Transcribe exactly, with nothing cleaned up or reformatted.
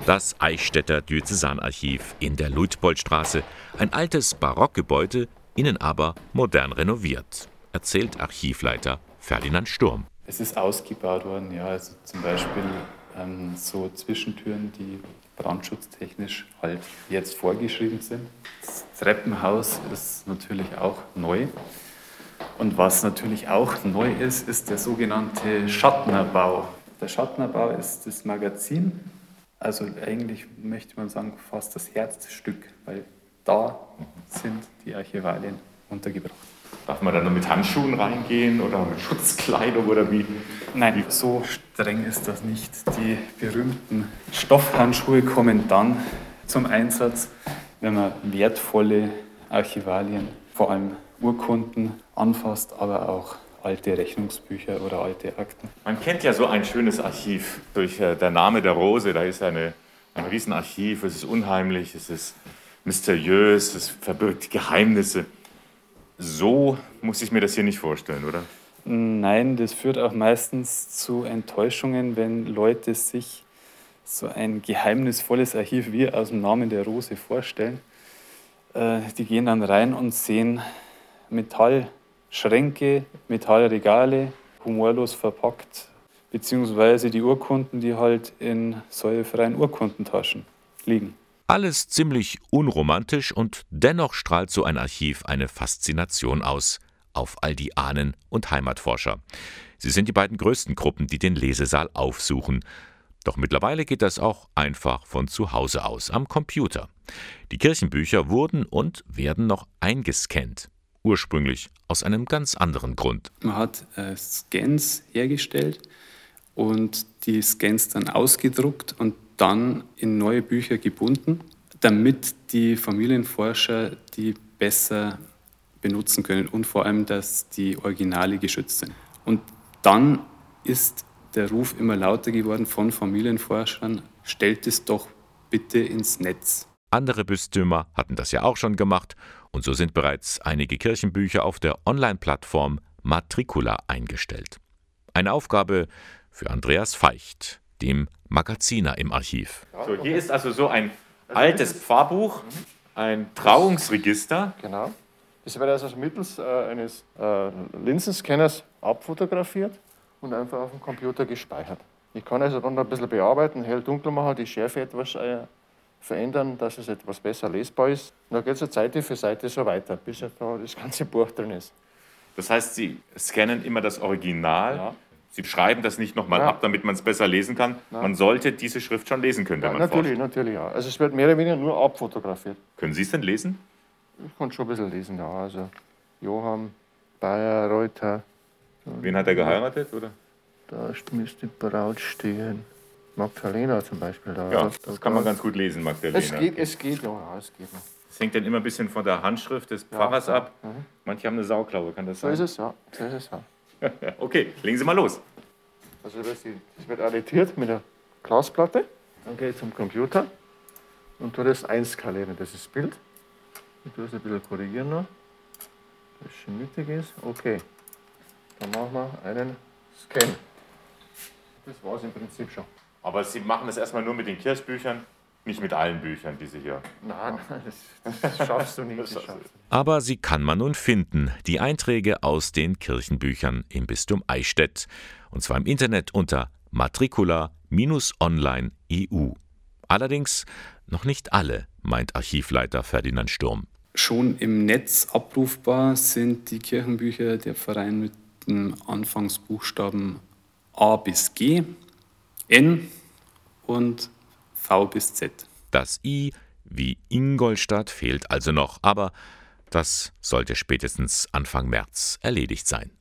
Das Eichstätter Diözesanarchiv in der Luitpoldstraße. Ein altes Barockgebäude, innen aber modern renoviert, erzählt Archivleiter Ferdinand Sturm. Es ist ausgebaut worden, ja, also zum Beispiel ähm, so Zwischentüren, die brandschutztechnisch halt jetzt vorgeschrieben sind. Das Treppenhaus ist natürlich auch neu. Und was natürlich auch neu ist, ist der sogenannte Schattnerbau. Der Schattnerbau ist das Magazin, also eigentlich möchte man sagen fast das Herzstück, weil da sind die Archivalien untergebracht. Darf man da nur mit Handschuhen reingehen oder mit Schutzkleidung oder wie? Nein, so streng ist das nicht. Die berühmten Stoffhandschuhe kommen dann zum Einsatz, wenn man wertvolle Archivalien, vor allem Urkunden, anfasst, aber auch alte Rechnungsbücher oder alte Akten. Man kennt ja so ein schönes Archiv durch äh, der Name der Rose. Da ist eine, ein Riesenarchiv, es ist unheimlich, es ist mysteriös, es verbirgt Geheimnisse. So muss ich mir das hier nicht vorstellen, oder? Nein, das führt auch meistens zu Enttäuschungen, wenn Leute sich so ein geheimnisvolles Archiv wie aus dem Namen der Rose vorstellen. Äh, die gehen dann rein und sehen Metallschränke, Metallregale, humorlos verpackt, beziehungsweise die Urkunden, die halt in säurefreien Urkundentaschen liegen. Alles ziemlich unromantisch und dennoch strahlt so ein Archiv eine Faszination aus auf all die Ahnen- und Heimatforscher. Sie sind die beiden größten Gruppen, die den Lesesaal aufsuchen. Doch mittlerweile geht das auch einfach von zu Hause aus, am Computer. Die Kirchenbücher wurden und werden noch eingescannt. Ursprünglich aus einem ganz anderen Grund. Man hat äh, Scans hergestellt und die Scans dann ausgedruckt und dann in neue Bücher gebunden, damit die Familienforscher die besser benutzen können und vor allem, dass die Originale geschützt sind. Und dann ist der Ruf immer lauter geworden von Familienforschern, stellt es doch bitte ins Netz. Andere Bistümer hatten das ja auch schon gemacht und so sind bereits einige Kirchenbücher auf der Online-Plattform Matricula eingestellt. Eine Aufgabe für Andreas Feicht, dem Magaziner im Archiv. So, hier ist also so ein altes Pfarrbuch, ein Trauungsregister. Genau. Das wird also mittels äh, eines äh, Linsenscanners abfotografiert und einfach auf dem Computer gespeichert. Ich kann also dann ein bisschen bearbeiten, hell dunkel machen, die Schärfe etwas äh, verändern, dass es etwas besser lesbar ist. Und dann geht es Seite für Seite so weiter, bis da das ganze Buch drin ist. Das heißt, Sie scannen immer das Original. Ja. Sie schreiben das nicht nochmal Ja. ab, damit man es besser lesen kann. Ja. Man sollte diese Schrift schon lesen können, wenn Ja, man natürlich, forscht. natürlich, ja. Also es wird mehr oder weniger nur abfotografiert. Können Sie es denn lesen? Ich kann schon ein bisschen lesen, ja. Also Johann, Bayer, Reuter. Wen hat er geheiratet, oder? Da müsste Braut stehen. Magdalena zum Beispiel. Da, Ja, da, das kann man da- ganz gut lesen, Magdalena. Es geht, es geht, ja, ja, es geht noch. Das hängt dann immer ein bisschen von der Handschrift des Pfarrers ja, ab. mhm. Manche haben eine Sauklaue, kann das So sein? ist es, ja. So ist es, ja. Okay, legen Sie mal los. Also das wird arretiert mit einer Glasplatte. Dann gehe ich zum Computer und tue das einskalieren, das ist das Bild. Ich tue es ein bisschen korrigieren noch, dass es schön mittig ist. Okay, dann machen wir einen Scan. Das war es im Prinzip schon. Aber Sie machen das erstmal nur mit den Kirchbüchern, nicht mit allen Büchern, die Sie hier... Nein, das, das schaffst du nicht. Das schaffst du nicht. Aber sie kann man nun finden, die Einträge aus den Kirchenbüchern im Bistum Eichstätt. Und zwar im Internet unter matricula online punkt e u. Allerdings noch nicht alle, meint Archivleiter Ferdinand Sturm. Schon im Netz abrufbar sind die Kirchenbücher der Verein mit den Anfangsbuchstaben A bis G, N und V bis Z. Das I wie Ingolstadt fehlt also noch, aber das sollte spätestens Anfang März erledigt sein.